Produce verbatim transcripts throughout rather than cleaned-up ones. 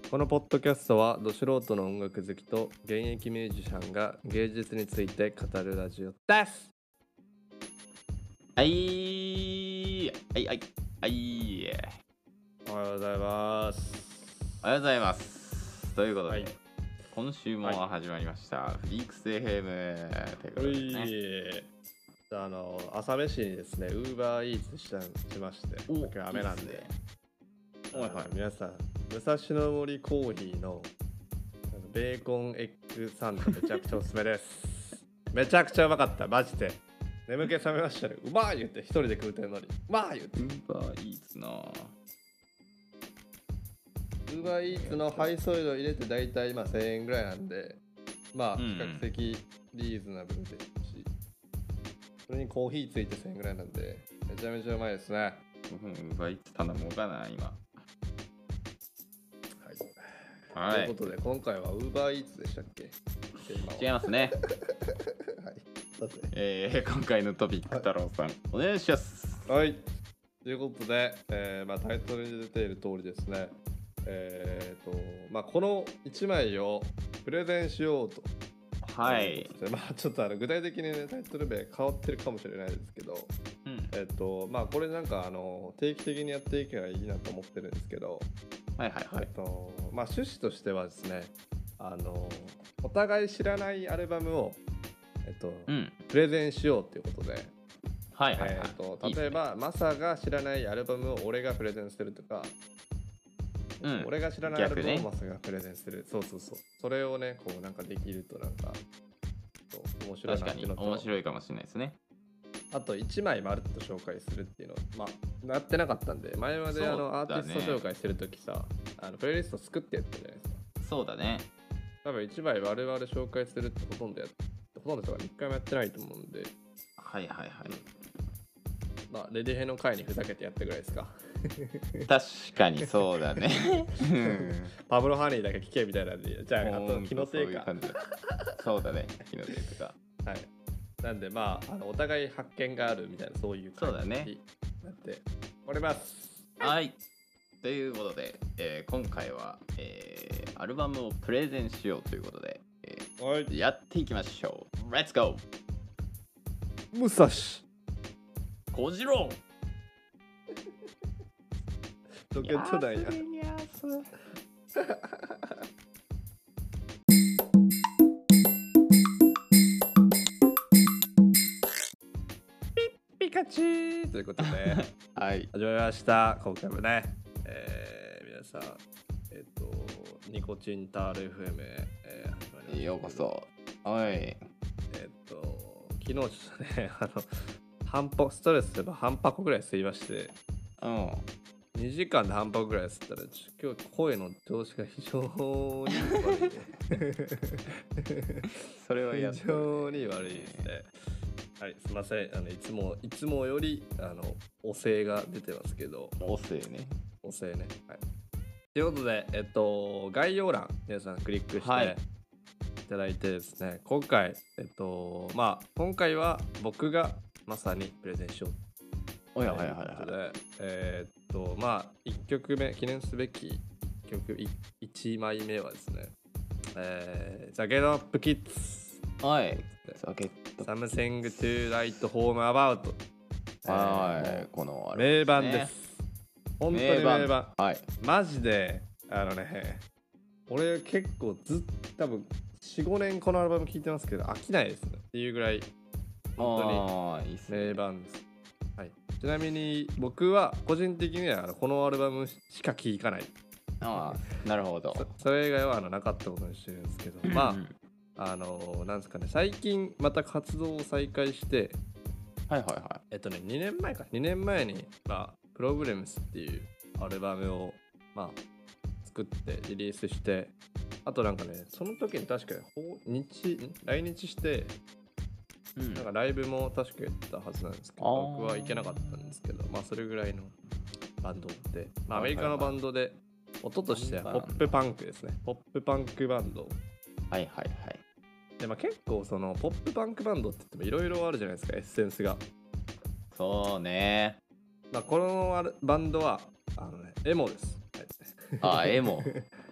このポッドキャストはど素人の音楽好きと現役ミュージシャンが芸術について語るラジオです。 はいはいはいはいおはようございます。 おはようございます。ということで、 はい、 今週も始まりました、はい、フリークス エフエム ということでね。 あの朝飯にですね、ウーバーイーツしたしまして、今日雨なんで、 はいはい、 皆さん武蔵野森コーヒーのベーコンエッグサンドめちゃくちゃおすすめです。めちゃくちゃうまかった、マジで。眠気覚めましたね。うまい言って一人で食うてんのに。うまい言って。 ウーバーイーツな。 ウーバーイーツの配送料入れてだいたい今せんえんぐらいなんで、まあ比較的リーズナブルですし、それにコーヒーついてせんえんぐらいなんで、めちゃめちゃうまいですね。 ウーバーイーツ頼もうかな今。 はい、ということで今回はウーバーイーツでしたっけ？ 違いますね。 はい、 えー、今回のトピック太郎さん、はい、お願いします。 はい、ということで、えーまあ、タイトルに出ている通りですね、えーとまあ、このいちまいをプレゼンしようと。 はい、 まあ、ちょっとあの具体的に、ね、タイトル名変わってるかもしれないですけど、うん、えっとまあこれなんかあの定期的にやっていけばいいなと思ってるんですけど、 はいはいはい、 えっとまあ趣旨としてはですね、あのお互い知らないアルバムを、えっとうん、プレゼンしようということで、 はいはいはい、 えー、と例えばいい、ね、マサが知らないアルバムを俺がプレゼンするとか、うん、俺が知らないアルバムをマサがプレゼンする、ね、そうそうそう、それをねこうなんかできるとなんか面白いなっていうのと、 面白いかもしれないですね。 あといちまいまるっと紹介するっていうのまあなってなかったんで、前まであの、ね、アーティスト紹介するときさ、あのプレイリスト作ってやったじゃないですか。 そうだね。 多分いちまい我々紹介するってほとんどやってほとんど人がいっかいもやってないと思うんで、 はいはいはい、 まあレディヘの回にふざけてやったぐらいですか。 確かにそうだね。 パブロハニーだけ聞けみたいなんで、じゃああと気のせいか。 そうだね、気のせいとか。 はい。なんでまあ、あのお互い発見があるみたいなそういう感じになっております。 はい。ということで、えー、今回は、えー、アルバムをプレゼンしようということで、えーはい、やっていきましょう。レッツゴー。 武蔵小次郎ロケット弾や。ピカチュウということで、はい、始まりました。今回もね、えー、皆さん、えっ、ー、と、ニコチンタール エフエム へ、えー、始まりました。 ようこそ。はい。えっ、ー、と、昨日ちょっとね、あの、半歩、ストレスで半箱ぐらい吸いまして、うん。にじかんで半箱ぐらい吸ったら、今日声の調子が非常に悪い。 それはやっ非常に悪いですね。はい、すみません。あのいつもいつもよりあのお声が出てますけど。 お声ね。 お声ね。はい。ということで、えっと概要欄皆さんクリックして、はい、いただいてですね。今回えっとまあ今回は僕がまさにプレゼンしよう。 はいはいはいはい。 えー、っとまあいっきょくめ記念すべきいっきょくいちまいめはですね。えー、ザ・ゲットアップ・キッズ。 はい。 Something to write home about。 はい、この名盤です。本当に名盤。名盤。 はい。 マジであのね、俺結構ずっと多分よん、ごねんこのアルバム聴いてますけど飽きないですねっていうぐらい本当に名盤です。はい。ちなみに僕は個人的にはこのアルバムしか聴かない。 ああ、なるほど。 そ, それ以外はあのなかったことにしてるんですけど、まああのなんですかね、最近また活動を再開して、 はいはいはい。 えっとねにねんまえかにねんまえにまあプログレムスっていうアルバムをまあ作ってリリースして、あとなんかねその時に確か日来日して、うん、なんかライブも確かやったはずなんですけど、僕は行けなかったんですけど、まあそれぐらいのバンドで、まあアメリカのバンドで、音としてはポップパンクですね。ポップパンクバンド。 はいはいはい。 でまあ、結構そのポップパンクバンドって言ってもいろいろあるじゃないですか、エッセンスが。 そうね。 まあこのバンドはあのねエモです。 あ、エモ。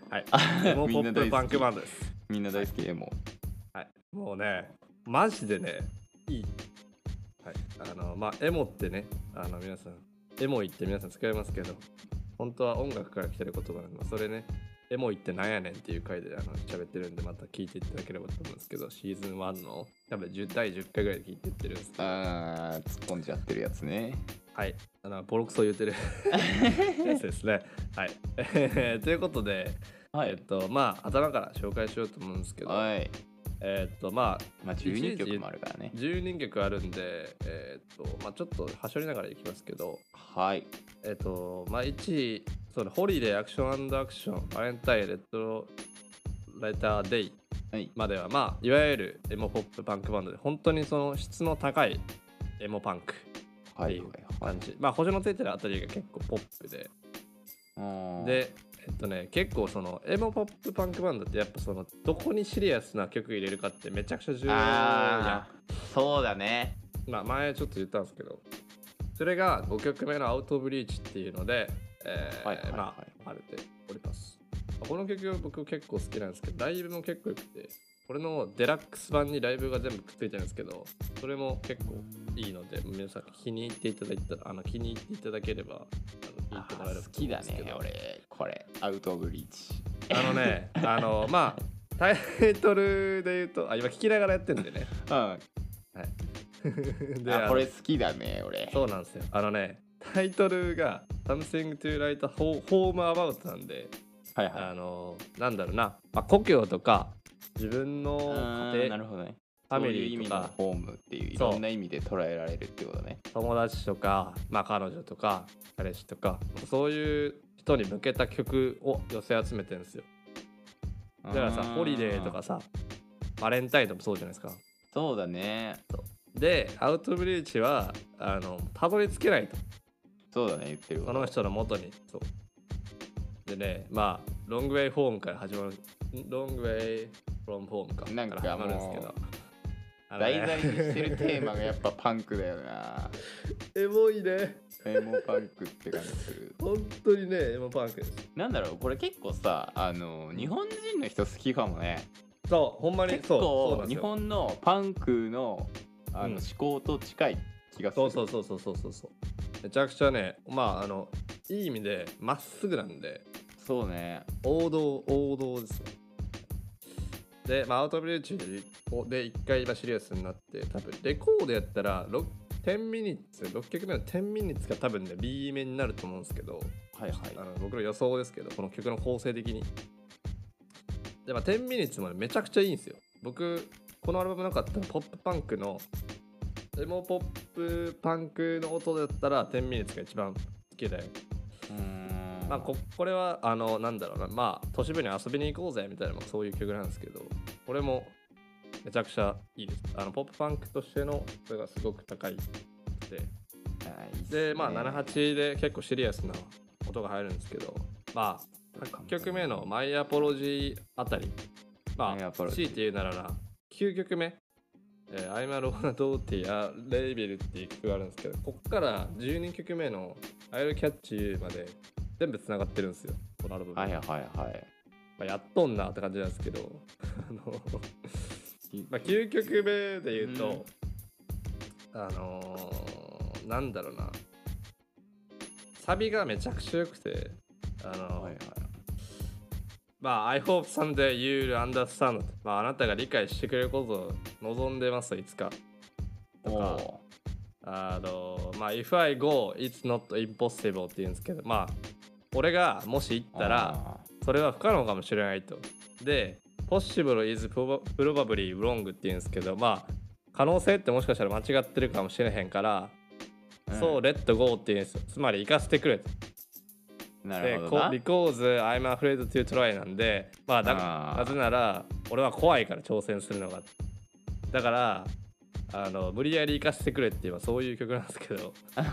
はいエモポップパンクバンドです。 みんな大好きエモ。 はい、もうねマジでねいい。はい、あのまあエモってね、あの皆さんエモいって皆さん使いますけど、本当は音楽から来てる言葉なんで、それねエモいってなんやねんっていう回であの喋ってるんで、また聞いていただければと思うんですけど、シーズンワンの多分だいじゅっかいぐらいで聞いてってるんですけど、 あー突っ込んじゃってるやつね。 はい、あのボロクソ言ってるやつですね。はい。ということで、はい、えっとまあ頭から紹介しようと思うんですけど、 はい、 えっとまあ、 まあ、じゅうにきょくもあるからね。 じゅうにきょくあるんで、えっとまあちょっとはしょりながらいきますけど、 はい。 えっとまあいちい、そのホリデーアクション&アクション、バレンタイン、レッドライターデイまでは、はい、まあいわゆるエモポップパンクバンドで、本当にその質の高いエモパンクっていう感じ。はいはいはい、まあ補助のついてるあたりが結構ポップで、でえっとね結構そのエモポップパンクバンドってやっぱそのどこにシリアスな曲入れるかってめちゃくちゃ重要やん。そうだね。 まあ前ちょっと言ったんですけど、それがごきょくめのアウトブリーチっていうので、えーはいはいはい、まあ晴れております。この曲僕結構好きなんですけど、ライブも結構良くて、これのデラックス版にライブが全部くっついてるんですけど、それも結構いいので、皆さん気に入っていただいたら、あの気に入っていただければあの聞いてもらえると思うんですけど。 好きだね俺これアウトオブリーチ。 あのねあのまあタイトルで言うと、あ今聞きながらやってるんでね。うん。はい。 であこれ好きだね俺。 そうなんですよ。あのねタイトルが Something to Write a Home About なんで、はいはい、あのなんだろうな、まあ、故郷とか自分の家庭、 なるほどね、 ファミリーとかホームっていういろんな意味で捉えられるってことね。 友達とか、まあ、彼女とか彼氏とかそういう人に向けた曲を寄せ集めてるんですよ。だからさホリデーとかさバレンタインとかもそうじゃないですか。 そうだね。 でアウトブリーチはあのたどり着けないと。 そうだね言ってるわ。 その人の元に。そうでね、まあロングウェイホームから始まる、ロングウェイフロムホームかなんか始まるんですけど、 題材にしてるテーマがやっぱパンクだよな。 エモいね。 エモパンクって感じする。 本当にねエモパンクです。 なんだろうこれ結構さ、あの日本人の人好きかもね。 そうほんまに結構日本のパンクのあの、うん、思考と近い気がする。 そうそうそうそうそうそう。めちゃくちゃね、まああのいい意味でまっすぐなんで。 そうね。 王道王道ですね。で、まあ、アウトブリーチでいっかい今シリアスになって、多分レコードやったらじゅうミニッツ、ろっきょくめのじゅうミニッツが多分ね B 面になると思うんですけど、はいはい、あの僕の予想ですけど、この曲の構成的に。で、まあ、じゅうミニッツも、ね、めちゃくちゃいいんですよ。僕このアルバムなかったらポップパンクのエモポップパンクの音だったらじゅうミニッツが一番好きだよ。うーんまあ、こ, これはあのなんだろうな、まあ都市部に遊びに行こうぜみたいな、そういう曲なんですけど、これもめちゃくちゃいいです。あのポップパンクとしてのそれがすごく高いで、でまあななはちで結構シリアスな音が入るんですけど、まあはちきょくめのマイアポロジーあたり、まあ強いて言うならなきゅうきょくめ、えー、I'm a Lona Doughtyやレイベルっていう曲があるんですけど、こっからじゅうにきょくめの I'll Catch You まで全部つながってるんですよ、このアルバム。 はいはいはい。 まあ、やっとんなって感じなんですけどあのまあきゅうきょくめで言うと、うん、あのー、なんだろうな、サビがめちゃくちゃ良くて、あのーはいはい、まあ I hope someday you'll understand、まあ、あなたが理解してくれることを望んでますいつかとか、あのまあ If I go it's not impossible って言うんですけど、まあ俺がもし行ったらそれは不可能かもしれないと。で Possible is probably wrong って言うんですけど、まあ可能性ってもしかしたら間違ってるかもしれへんから、うん、そう Let go って言うんですよ。つまり行かせてくれと。 なるほどな。 で Because I'm afraid to try なんで、まあだなぜなら俺は怖いから挑戦するのが、だからあの無理やり行かせてくれっていうそういう曲なんですけど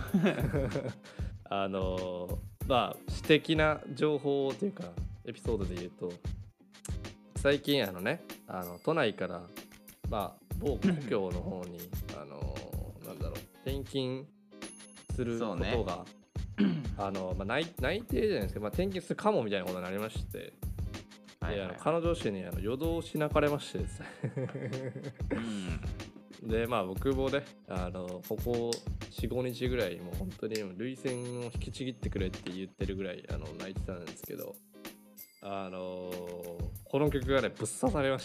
あのまあ私的な情報というかエピソードで言うと、最近あのねあの都内からまあ某故郷の方にあのなんだろう転勤することが、ね、あのまあ内内定じゃないですけど、まあ、転勤するかもみたいなことになりまして、 で、あの彼女氏にあの夜通し泣かれましてですねうん、 でまあ僕もねあのここ よん,ご 日ぐらいもう本当に涙腺を引きちぎってくれって言ってるぐらいあの泣いてたんですけど、あのー、この曲がねぶっ刺されま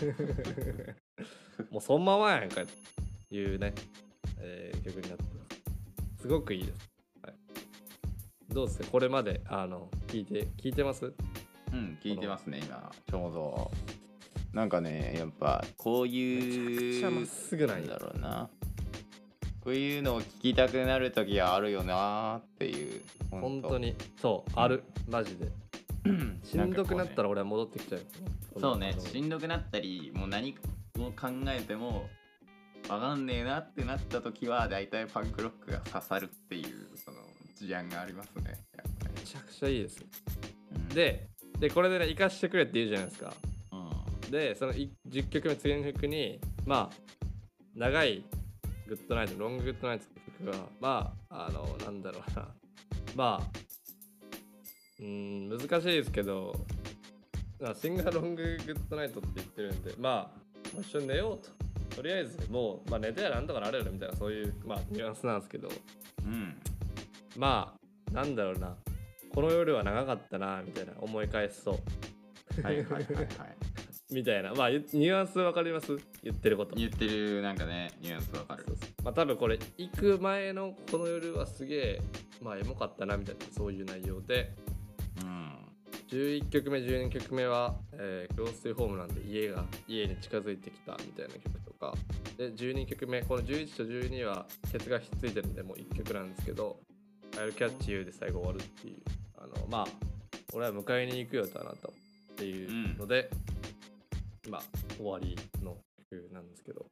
したもうそんままやんかっていうね、えー、曲になってますすごくいいです、はい、どうですかこれまであの聞いて聞いてます？ うん聞いてますね今ちょうど。なんかねやっぱこういうめちゃくちゃまっすぐなんだろうな、こういうのを聞きたくなる時はあるよなっていう。 本当にそう、うん、あるマジでしんどくなったら俺は戻ってきちゃう。 そうね、しんどくなったりもう何を考えてもわかんねえなってなった時はだいたいパンクロックが刺さるっていうその事案がありますね。やっぱりめちゃくちゃいいです、うん、ででこれでね生かしてくれって言うじゃないですか、うん、でそのじゅっきょくめ次の曲にまあ長いグッドナイトロンググッドナイトって曲はまああのなんだろうなまあうーん難しいですけどシンガーロンググッドナイトって言ってるんでまあ一緒に寝ようととりあえずもう、まあ、寝てやなんとかなれるみたいなそういうまあニュアンスなんですけど、 うん、 まあなんだろうなこの夜は長かったなみたいな思い返すとはいはいはいはいみたいなまあニュアンスわかります？言ってること言ってるなんかねニュアンスわかる。 そうそうまあ多分これ行く前のこの夜はすげえまあエモかったなみたいなそういう内容で、うん、じゅういっきょくめじゅうにきょくめは、えー、クロストゥホームなんで家が家に近づいてきたみたいな曲とかでじゅうにきょくめこのじゅういちとじゅうにはケツがひっついてるんでもういっきょくなんですけど I'll catch you で最後終わるっていうあのまあ俺は迎えに行くよとあなたっていうので、うん、まあ終わりの曲なんですけど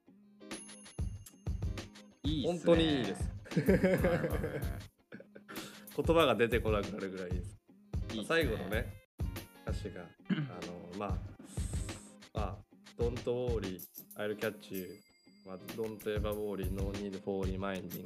いいっすね、 本当にいいです言葉が出てこなくなるぐらいいいです。いいっすね、最後のね歌詞があのまあまあ Don't worry I'll catch you、まあ、Don't ever worry no need for reminding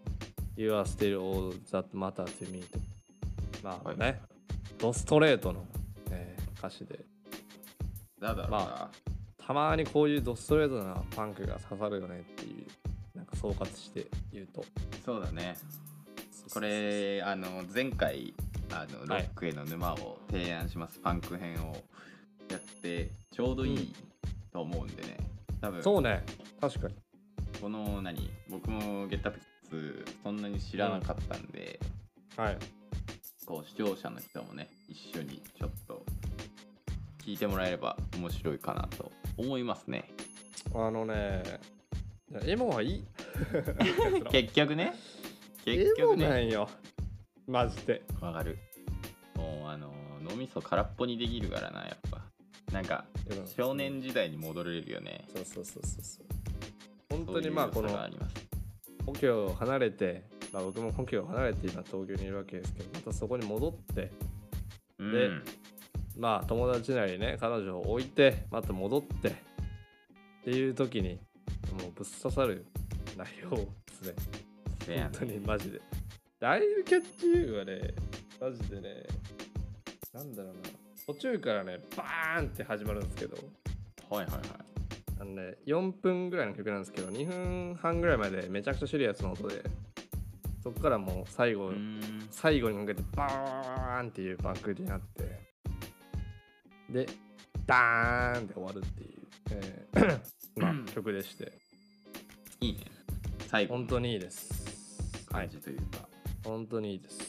You are still all that matter to me とまあね、はい、ドストレートの、えー、歌詞でなんだろうな、まあ、たまにこういうドストレートなパンクが刺さるよねっていうなんか総括して言うとそうだね。これあの前回あのロックへの沼を提案します、はい、パンク編をやってちょうどいいと思うんでね、うん、多分そうね確かにこの何僕もゲッタピッツそんなに知らなかったんで、 うん、はいこう視聴者の人もね一緒にちょっと聞いてもらえれば面白いかなと思いますね。 あのねエモはいい結局ね結局ねエモなんよマジでわかる。もうあの脳みそ空っぽにできるからなやっぱなんか少年時代に戻れるよね。 そうそうそうそうそう本当にまあこの故郷を離れて、まあ、僕も故郷を離れて今東京にいるわけですけどまたそこに戻ってうん、 でまあ友達なりね彼女を置いてまた戻ってっていう時にもうぶっ刺さる内容ですね。本当にマジで。I'll catch you はね、マジでね、なんだろうな、途中からね、バーンって始まるんですけど、 はいはいはい。 あのね、よんぷんぐらいの曲なんですけど、にふんはんぐらいまでめちゃくちゃシリアスな音で、そこからもう最後、最後に向けてバーンっていうバンクになって、で、ダーンって終わるっていう、えーまあ、曲でして。 いいね。最後。 本当にいいです。 感じというか。 はい、本当にいいです。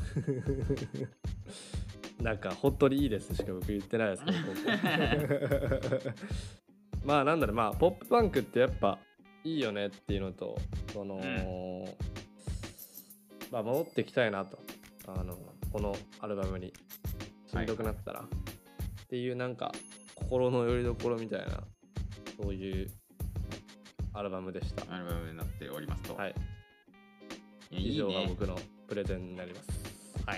なんか本当にいいですしか僕言ってないですけどまあなんだろうまあポップパンクってやっぱいいよねっていうのとその、うん、まあ戻ってきたいなとあのこのアルバムにしんどくなったら、はい、っていうなんか心の拠り所みたいなそういうアルバムでした。 アルバムになっておりますと。 はい。以上が僕のプレゼンになります。はい。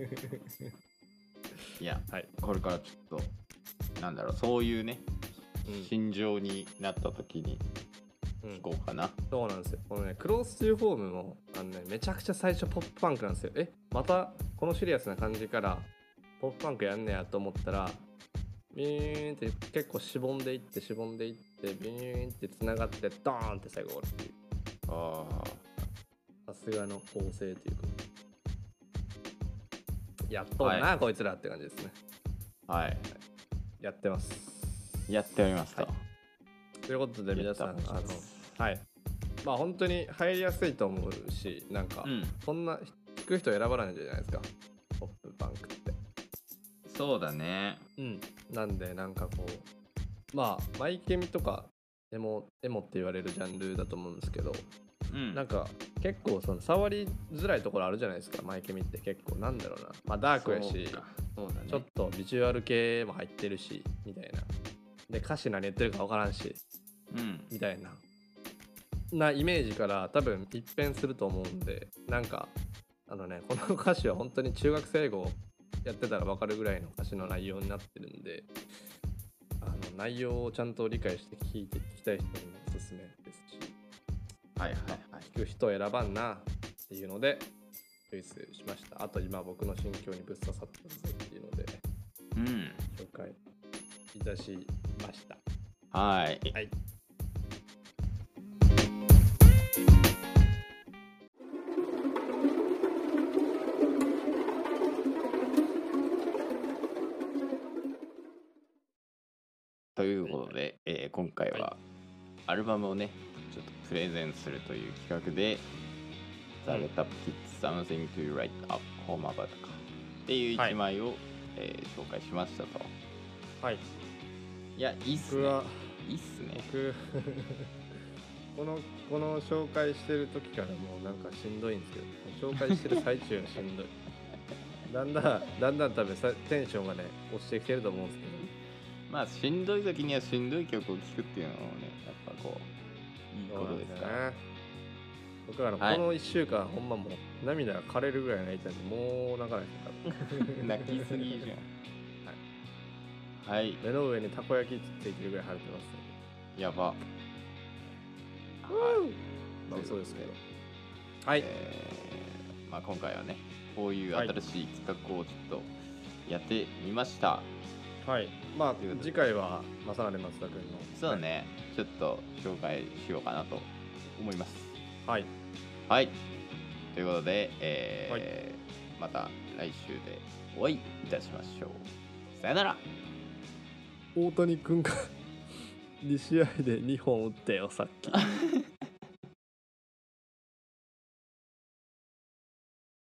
いや、はい、これからちょっとなんだろうそういうね、うん、心情になった時に聞こうかな、うん、 そうなんですよ。このねクロストゥーホームもあの、ね、めちゃくちゃ最初ポップパンクなんですよ。えまたこのシリアスな感じからポップパンクやんねやと思ったらビーンって結構しぼんでいってしぼんでいってビーンってつながってドーンって最後終わるっていうあさすがの構成というかやっとんな、 はいこいつらって感じですね。 あはいやってます。 やっておりますと、 はいということで皆さんあのゲットアップしますはいまあ本当に入りやすいと思うしなんか、 うんそんな聞く人選ばないんじゃないですかポップパンクって。 そうだねうんなんでなんかこうまあマイケミとかエモエモって言われるジャンルだと思うんですけど、 うんなんか結構その触りづらいところあるじゃないですかマイケミって結構なんだろうなまあダークやしそうかそうだねちょっとビジュアル系も入ってるしみたいなで歌詞何言ってるか分からんしうんみたいななイメージから多分一変すると思うんでなんかあのねこの歌詞は本当に中学生英語やってたら分かるぐらいの歌詞の内容になってるんであの内容をちゃんと理解して聞いて聞きたい人にもおすすめですしはいはいはい聞く人選ばんなっていうのでチョイスしました。あと今僕の心境にぶっ刺さったぞっていうのでうん紹介いたしました。 はいはいということで、えー今回はアルバムをねちょっとプレゼンするという企画で「 うん The Get Up Kids Something to Write Up Home About」っていうはい一枚を、えー紹介しましたと。 はいいやいいっすね僕はいいっすね僕このこの紹介してる時からもうなんかしんどいんですけど紹介してる最中がしんどいだんだんだんだん多分さテンションがね落ちてきてると思うんですけどまあしんどい時にはしんどい曲を聴くっていうのもねやっぱこういいことですからね僕らのこはいのいっしゅうかん、ほんまもう涙が枯れるぐらい泣いたんでもう泣かないですよ泣きすぎじゃんはいはい目の上にたこ焼きついてるぐらい腫れてますねやばまあそうですけどはい、 えーまあ、今回はねこういう新しい企画をちょっとやってみました、 はいまあということで次回は正成松田君のそうだね、ちょっと紹介しようかなと思いますはいはいということで、えーはいまた来週でお会いいたしましょうさよなら大谷君がに試合でにほん打ってよさっき